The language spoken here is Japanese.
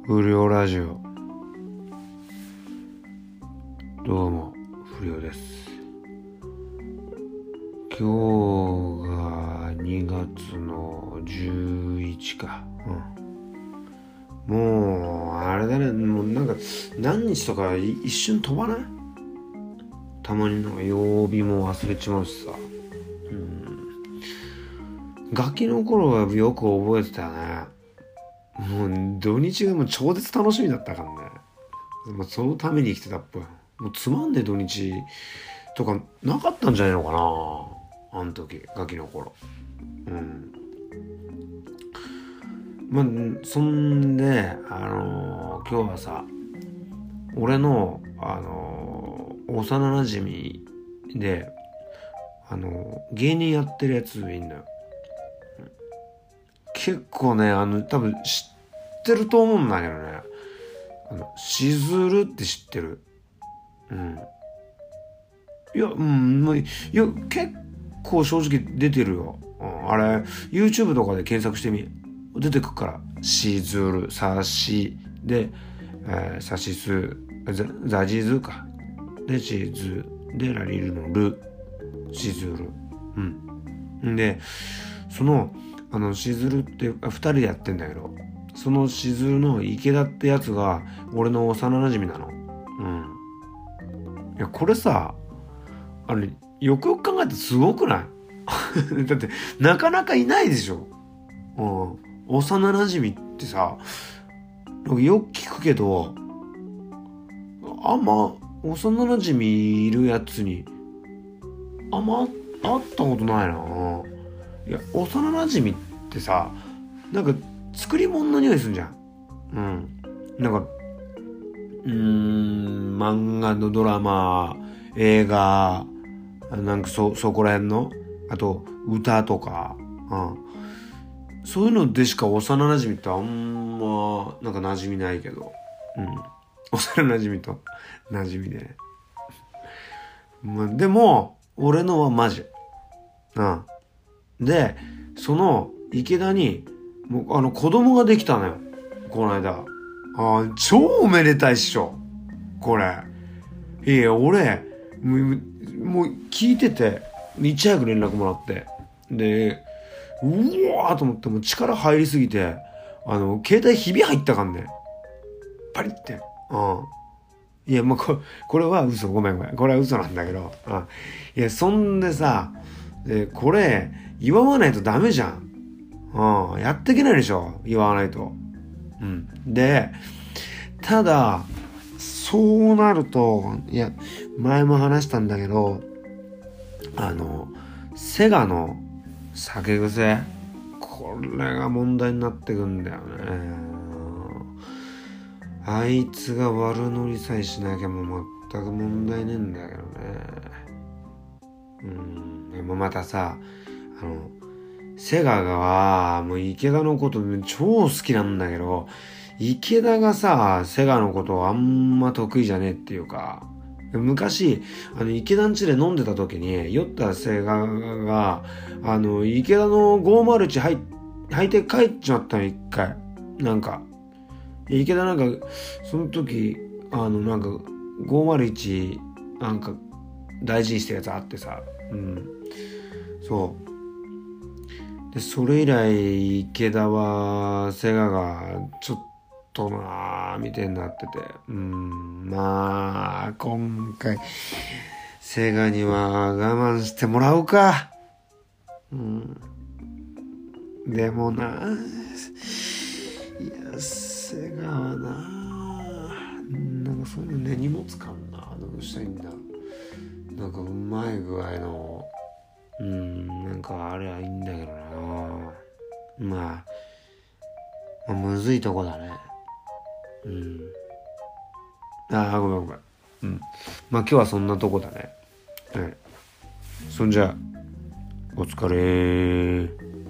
不良ラジオ。どうも不良です。今日が2月の11か、もうあれだね、もうなんか何日とか一瞬飛ばない？たまになんか曜日も忘れちまうしさ。ガキの頃はよく覚えてたよね。もう土日がもう超絶楽しみだったからね。もうそのために生きてたっぽい。もうつまんねえ土日とかなかったんじゃないのかな、あの時ガキの頃。まあそんで今日はさ、俺の幼馴染で芸人やってるやついんのよ。結構ね、多分知ってると思うんだけどね。しずるって知ってる？いや、結構正直出てるよ。あれ、YouTube とかで検索してみ。出てくから。しずる、さし、で、さしす、ざじずか。で、しず、で、ラリルのる、しずる。で、しずるって二人でやってんだけど、そのしずるの池田ってやつが俺の幼馴染なの。いや、これさ、よくよく考えたらすごくないだってなかなかいないでしょ。幼馴染ってさ、よく聞くけど、あんま幼馴染いるやつにあんま会ったことないな。いや、幼馴染ってさ、なんか作り物の匂いするじゃん。なんか漫画のドラマ、映画、なんかそこら辺の、あと歌とか、そういうのでしか幼馴染ってあんまなんか馴染みないけど、幼馴染と馴染みで、でも俺のはマジ。で、その池田にもう子供ができたのよ、この間。超おめでたいっしょこれ。いや、俺もう聞いてて、いち早く連絡もらって、で、うわーと思って、もう力入りすぎて携帯ひび入ったかんね、パリって。いや、これは嘘、ごめんこれは嘘なんだけど、いや、そんでさ、これ祝わないとダメじゃん。やっていけないでしょ、祝わないと。で、ただそうなると、いや、前も話したんだけど、セガの酒癖、これが問題になってくんだよね。あいつが悪乗りさえしなきゃもう全く問題ねえんだけどね。でもまたさ、セガがもう池田のこと超好きなんだけど、池田がさ、セガのことあんま得意じゃねえっていうか、昔池田ん家で飲んでた時に酔ったセガが池田の501履いて帰っちまったの、一回。なんか池田なんかその時なんか501なんか大事にしてるやつあってさ、そうで、それ以来池田はセガがちょっとなーみたいになってて、まあ今回セガには我慢してもらうか。でもな、いや、セガはなんかそういうの根に持つかんな。どうしたらいいんだ。なんかうまい具合のなんかあれはいいんだけどな。まあむずいとこだね。ごめん。まあ今日はそんなとこだね。そんじゃお疲れ。